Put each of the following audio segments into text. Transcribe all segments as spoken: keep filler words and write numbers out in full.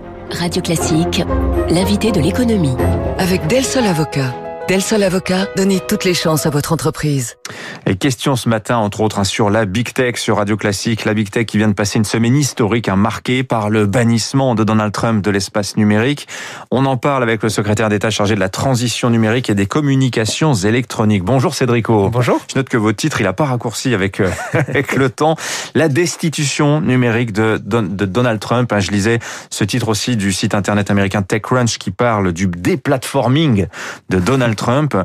Radio Classique, l'invité de l'économie. Avec Del Sol Avocat. Del Sol Avocat, donnez toutes les chances à votre entreprise. Et question ce matin, entre autres, hein, sur la Big Tech, sur Radio Classique. La Big Tech qui vient de passer une semaine historique, hein, marquée par le bannissement de Donald Trump de l'espace numérique. On en parle avec le secrétaire d'État chargé de la transition numérique et des communications électroniques. Bonjour Cédrico. Bonjour. Je note que votre titre, il n'a pas raccourci avec, euh, avec le temps. La destitution numérique de, de Donald Trump. Hein, je lisais ce titre aussi du site internet américain TechCrunch qui parle du déplatforming de Donald Trump.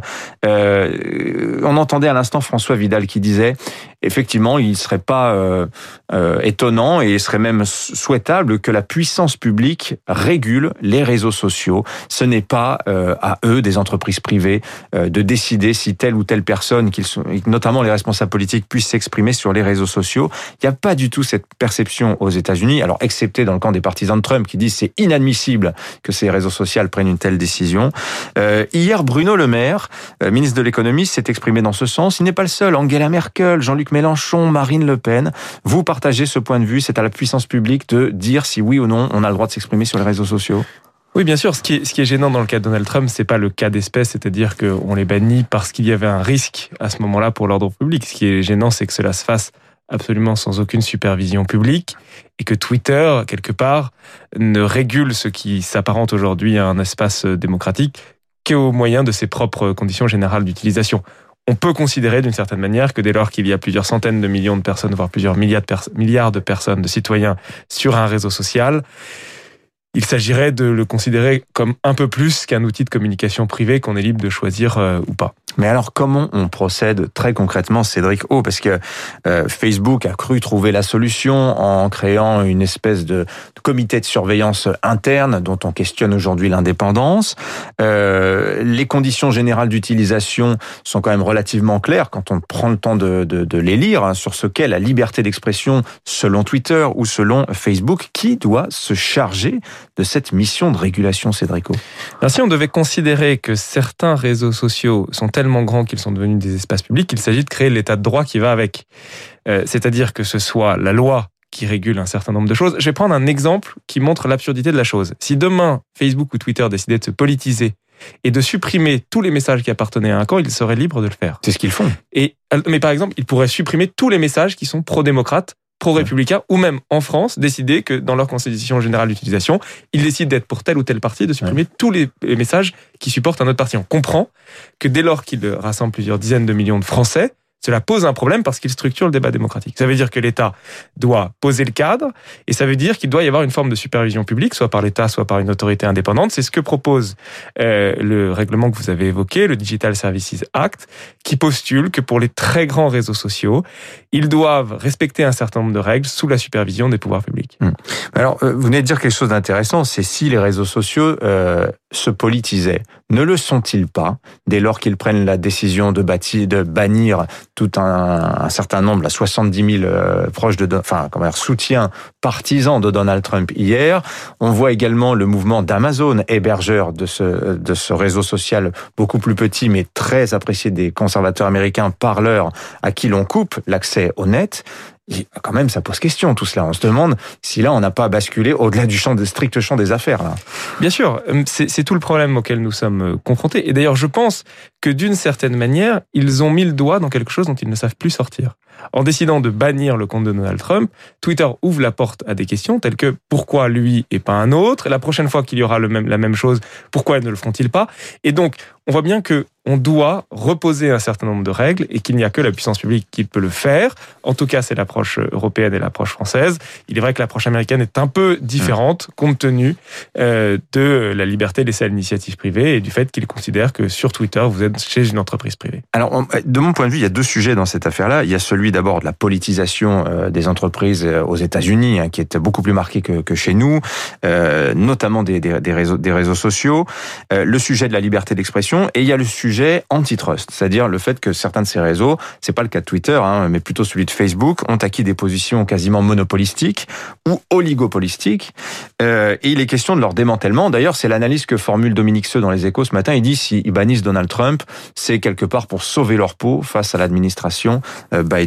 Euh, on entendait à l'instant François Vidal qui disait effectivement, il ne serait pas euh, euh, étonnant et il serait même souhaitable que la puissance publique régule les réseaux sociaux. Ce n'est pas euh, à eux, des entreprises privées, euh, de décider si telle ou telle personne, qu'ils sont, notamment les responsables politiques, puissent s'exprimer sur les réseaux sociaux. Il n'y a pas du tout cette perception aux États-Unis, alors excepté dans le camp des partisans de Trump qui disent c'est inadmissible que ces réseaux sociaux prennent une telle décision. Euh, hier, Bruno Le Maire, euh, ministre de l'économie, s'est exprimé dans ce sens. Il n'est pas le seul. Angela Merkel, Jean-Luc Mélenchon, Marine Le Pen, vous partagez ce point de vue. C'est à la puissance publique de dire si oui ou non on a le droit de s'exprimer sur les réseaux sociaux. Oui, bien sûr. Ce qui est, ce qui est gênant dans le cas de Donald Trump, c'est pas le cas d'espèce, c'est-à-dire qu'on les bannit parce qu'il y avait un risque à ce moment-là pour l'ordre public. Ce qui est gênant, c'est que cela se fasse absolument sans aucune supervision publique et que Twitter, quelque part, ne régule ce qui s'apparente aujourd'hui à un espace démocratique qu'au moyen de ses propres conditions générales d'utilisation. On peut considérer d'une certaine manière que dès lors qu'il y a plusieurs centaines de millions de personnes, voire plusieurs milliards de, pers- milliards de personnes, de citoyens sur un réseau social, il s'agirait de le considérer comme un peu plus qu'un outil de communication privée qu'on est libre de choisir euh, ou pas. Mais alors, comment on procède très concrètement, Cédric O? Parce que euh, Facebook a cru trouver la solution en créant une espèce de, de comité de surveillance interne dont on questionne aujourd'hui l'indépendance. Euh, les conditions générales d'utilisation sont quand même relativement claires quand on prend le temps de, de, de les lire, hein, sur ce qu'est la liberté d'expression selon Twitter ou selon Facebook. Qui doit se charger de cette mission de régulation, Cédric O? Alors, si on devait considérer que certains réseaux sociaux sont tellement grands qu'ils sont devenus des espaces publics, il s'agit de créer l'état de droit qui va avec. Euh, c'est-à-dire que ce soit la loi qui régule un certain nombre de choses. Je vais prendre un exemple qui montre l'absurdité de la chose. Si demain, Facebook ou Twitter décidaient de se politiser et de supprimer tous les messages qui appartenaient à un camp, ils seraient libres de le faire. C'est ce qu'ils font. Et, mais par exemple, ils pourraient supprimer tous les messages qui sont pro-démocrates, pro-républicains, ou même en France, décider que dans leur constitution générale d'utilisation, ils décident d'être pour tel ou tel parti, de supprimer ouais. tous les messages qui supportent un autre parti. On comprend que dès lors qu'ils rassemblent plusieurs dizaines de millions de Français, cela pose un problème parce qu'il structure le débat démocratique. Ça veut dire que l'État doit poser le cadre et ça veut dire qu'il doit y avoir une forme de supervision publique, soit par l'État, soit par une autorité indépendante. C'est ce que propose euh, le règlement que vous avez évoqué, le Digital Services Act, qui postule que pour les très grands réseaux sociaux, ils doivent respecter un certain nombre de règles sous la supervision des pouvoirs publics. Hum. Alors, vous venez de dire quelque chose d'intéressant, c'est si les réseaux sociaux euh, se politisaient. Ne le sont-ils pas, dès lors qu'ils prennent la décision de, bâtir, de bannir tout un, un certain nombre, là, soixante-dix mille euh, proches de, enfin, comment dire, soutiens partisans de Donald Trump hier. On voit également le mouvement d'Amazon, hébergeur de ce, de ce réseau social beaucoup plus petit, mais très apprécié des conservateurs américains par l'heure, à qui l'on coupe l'accès au net. Et quand même, ça pose question, tout cela. On se demande si là, on n'a pas basculé au-delà du champ, de strict champ des affaires, là. Bien sûr, c'est, c'est tout le problème auquel nous sommes confrontés. Et d'ailleurs, je pense que d'une certaine manière, ils ont mis le doigt dans quelque chose dont ils ne savent plus sortir. En décidant de bannir le compte de Donald Trump, Twitter ouvre la porte à des questions telles que pourquoi lui et pas un autre? La prochaine fois qu'il y aura le même, la même chose, pourquoi ne le feront-ils pas? Et donc, on voit bien que on doit reposer un certain nombre de règles et qu'il n'y a que la puissance publique qui peut le faire. En tout cas, c'est l'approche européenne et l'approche française. Il est vrai que l'approche américaine est un peu différente compte tenu euh, de la liberté laissée à l'initiative privée et du fait qu'ils considèrent que sur Twitter, vous êtes chez une entreprise privée. Alors, de mon point de vue, il y a deux sujets dans cette affaire-là. Il y a celui d'abord de la politisation euh, des entreprises aux États-Unis, hein, qui est beaucoup plus marquée que, que chez nous, euh, notamment des, des, des, réseaux, des réseaux sociaux. Euh, le sujet de la liberté d'expression et il y a le sujet antitrust, c'est-à-dire le fait que certains de ces réseaux, c'est pas le cas de Twitter, hein, mais plutôt celui de Facebook, ont acquis des positions quasiment monopolistiques ou oligopolistiques. Euh, et il est question de leur démantèlement. D'ailleurs, c'est l'analyse que formule Dominique Seux dans Les Échos ce matin. Il dit s'ils bannissent Donald Trump, c'est quelque part pour sauver leur peau face à l'administration Biden.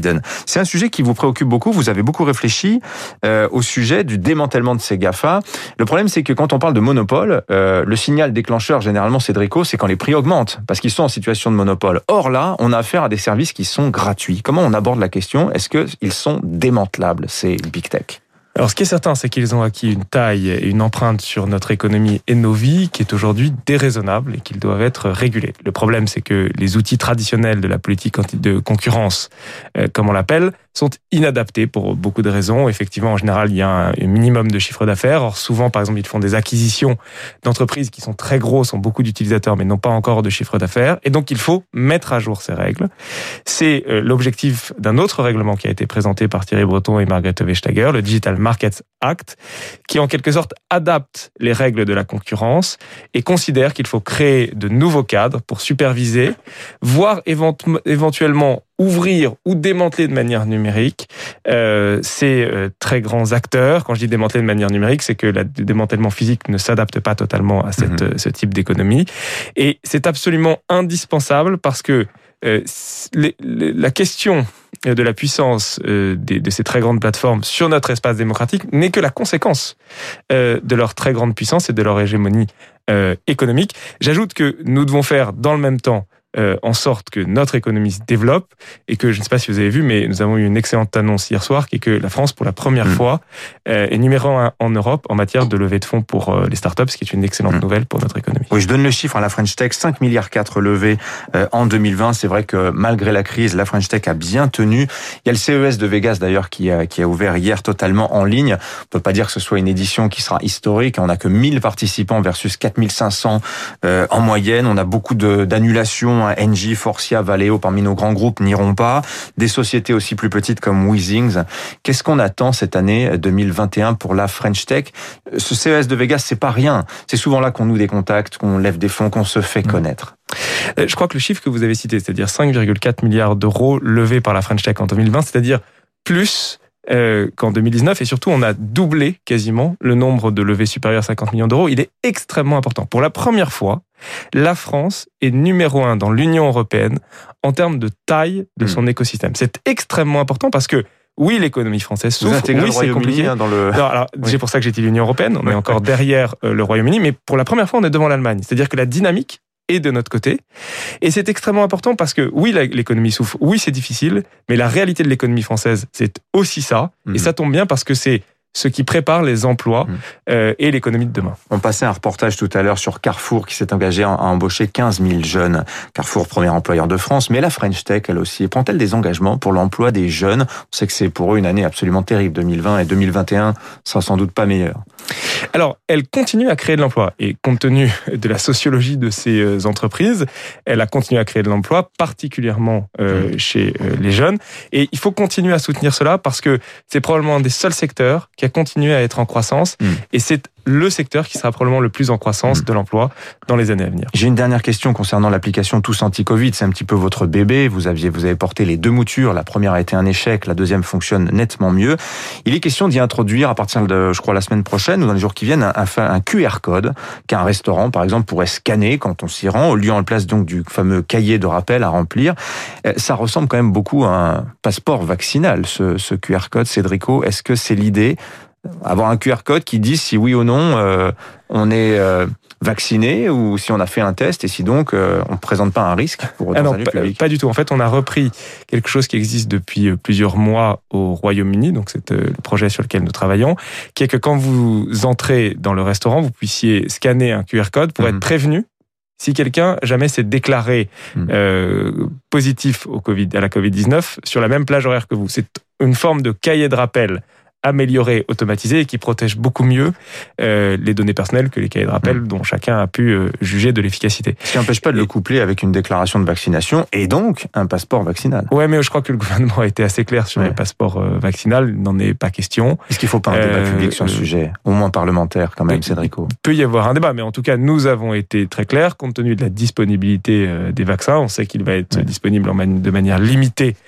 Biden. C'est un sujet qui vous préoccupe beaucoup. Vous avez beaucoup réfléchi euh, au sujet du démantèlement de ces GAFA. Le problème, c'est que quand on parle de monopole, euh, le signal déclencheur, généralement, Cédrico, c'est quand les prix augmentent, parce qu'ils sont en situation de monopole. Or là, on a affaire à des services qui sont gratuits. Comment on aborde la question ? Est-ce qu'ils sont démantelables, ces big tech ? Alors, ce qui est certain, c'est qu'ils ont acquis une taille et une empreinte sur notre économie et nos vies qui est aujourd'hui déraisonnable et qu'ils doivent être régulés. Le problème, c'est que les outils traditionnels de la politique de concurrence, euh, comme on l'appelle, sont inadaptés pour beaucoup de raisons. Effectivement, en général, il y a un minimum de chiffre d'affaires. Or, souvent, par exemple, ils font des acquisitions d'entreprises qui sont très grosses, ont beaucoup d'utilisateurs, mais n'ont pas encore de chiffre d'affaires. Et donc, il faut mettre à jour ces règles. C'est euh, l'objectif d'un autre règlement qui a été présenté par Thierry Breton et Margrethe Vestager, le Digital Markets Act, qui en quelque sorte adapte les règles de la concurrence et considère qu'il faut créer de nouveaux cadres pour superviser, voire éventu- éventuellement ouvrir ou démanteler de manière numérique euh, ces euh, très grands acteurs. Quand je dis démanteler de manière numérique, c'est que le démantèlement physique ne s'adapte pas totalement à cette, mmh. ce type d'économie. Et c'est absolument indispensable parce que euh, les, les, la question de la puissance euh, des, de ces très grandes plateformes sur notre espace démocratique n'est que la conséquence euh, de leur très grande puissance et de leur hégémonie euh, économique. J'ajoute que nous devons faire dans le même temps Euh, en sorte que notre économie se développe et que, je ne sais pas si vous avez vu, mais nous avons eu une excellente annonce hier soir qui est que la France, pour la première mmh. fois, euh, est numéro un en Europe en matière de levée de fonds pour euh, les startups, ce qui est une excellente mmh. nouvelle pour notre économie. Oui, je donne le chiffre à la French Tech, cinq virgule quatre milliards levés euh, en deux mille vingt. C'est vrai que malgré la crise, la French Tech a bien tenu. Il y a le C E S de Vegas d'ailleurs qui a, qui a ouvert hier totalement en ligne. On peut pas dire que ce soit une édition qui sera historique. On n'a que mille participants versus quatre mille cinq cents euh, en moyenne. On a beaucoup de, d'annulations. Engie, Forcia, Valeo, parmi nos grands groupes, n'iront pas. Des sociétés aussi plus petites comme Weezings. Qu'est-ce qu'on attend cette année deux mille vingt et un pour la French Tech ? Ce C E S de Vegas, c'est pas rien. C'est souvent là qu'on noue des contacts, qu'on lève des fonds, qu'on se fait connaître. Je crois que le chiffre que vous avez cité, c'est-à-dire cinq virgule quatre milliards d'euros levés par la French Tech en deux mille vingt, c'est-à-dire plus Euh, qu'en deux mille dix-neuf, et surtout on a doublé quasiment le nombre de levées supérieures à cinquante millions d'euros. Il est extrêmement important. Pour la première fois, la France est numéro un dans l'Union européenne en termes de taille de son mmh. écosystème. C'est extrêmement important parce que oui, l'économie française souffre, oui, c'est compliqué. Hein, dans le... non, alors, oui. C'est pour ça que j'ai dit l'Union européenne, on est encore derrière euh, le Royaume-Uni, mais pour la première fois, on est devant l'Allemagne. C'est-à-dire que la dynamique est de notre côté. Et c'est extrêmement important parce que oui, l'économie souffre, oui, c'est difficile, mais la réalité de l'économie française, c'est aussi ça. Mmh. Et ça tombe bien parce que c'est ce qui prépare les emplois mmh. euh, et l'économie de demain. On passait un reportage tout à l'heure sur Carrefour qui s'est engagé à embaucher quinze mille jeunes. Carrefour, premier employeur de France, mais la French Tech, elle aussi, prend-elle des engagements pour l'emploi des jeunes ? On sait que c'est pour eux une année absolument terrible, deux mille vingt, et deux mille vingt et un sera sans doute pas meilleur. Alors, elle continue à créer de l'emploi. Et compte tenu de la sociologie de ces entreprises, elle a continué à créer de l'emploi, particulièrement euh, mmh. chez euh, les jeunes. Et il faut continuer à soutenir cela parce que c'est probablement un des seuls secteurs qui a continué à être en croissance. Mmh. Et c'est le secteur qui sera probablement le plus en croissance mmh. de l'emploi dans les années à venir. J'ai une dernière question concernant l'application Tous Anti-Covid. C'est un petit peu votre bébé. Vous aviez, vous avez porté les deux moutures. La première a été un échec. La deuxième fonctionne nettement mieux. Il est question d'y introduire à partir de, je crois, la semaine prochaine ou dans les jours qui viennent, un, un Q R code qu'un restaurant, par exemple, pourrait scanner quand on s'y rend, au lieu en place donc du fameux cahier de rappel à remplir. Ça ressemble quand même beaucoup à un passeport vaccinal, ce, ce Q R code. Cédrico, est-ce que c'est l'idée ? Avoir un Q R code qui dit si oui ou non euh, on est euh, vacciné ou si on a fait un test et si donc euh, on ne présente pas un risque pour ah non, pas, pas du tout. En fait, on a repris quelque chose qui existe depuis plusieurs mois au Royaume-Uni, donc c'est le projet sur lequel nous travaillons, qui est que quand vous entrez dans le restaurant, vous puissiez scanner un Q R code pour mmh. être prévenu si quelqu'un jamais s'est déclaré mmh. euh, positif au COVID, à la covid dix-neuf sur la même plage horaire que vous. C'est une forme de cahier de rappel amélioré, automatisé et qui protège beaucoup mieux euh, les données personnelles que les cahiers de rappel mmh. dont chacun a pu euh, juger de l'efficacité. Ce qui n'empêche pas de et... le coupler avec une déclaration de vaccination et donc un passeport vaccinal. Ouais, mais je crois que le gouvernement a été assez clair sur ouais. les passeports euh, vaccinaux, il n'en est pas question. Est-ce qu'il ne faut pas un débat euh, public sur le sujet, au moins parlementaire quand même, euh, Cédrico ? Il peut y avoir un débat, mais en tout cas, nous avons été très clairs, compte tenu de la disponibilité euh, des vaccins, on sait qu'il va être ouais. disponible en man- de manière limitée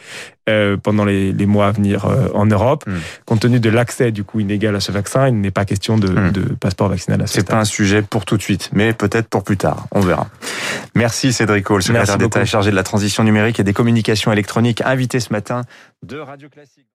euh, pendant les, les mois à venir euh, en Europe. Mmh. Compte tenu de l'accès du coup inégal à ce vaccin, il n'est pas question de, mmh. de passeport vaccinal à ce C'est stade. pas un sujet pour tout de suite, mais peut-être pour plus tard. On verra. Merci Cédric O, le secrétaire d'État chargé de la transition numérique et des communications électroniques, invité ce matin de Radio Classique.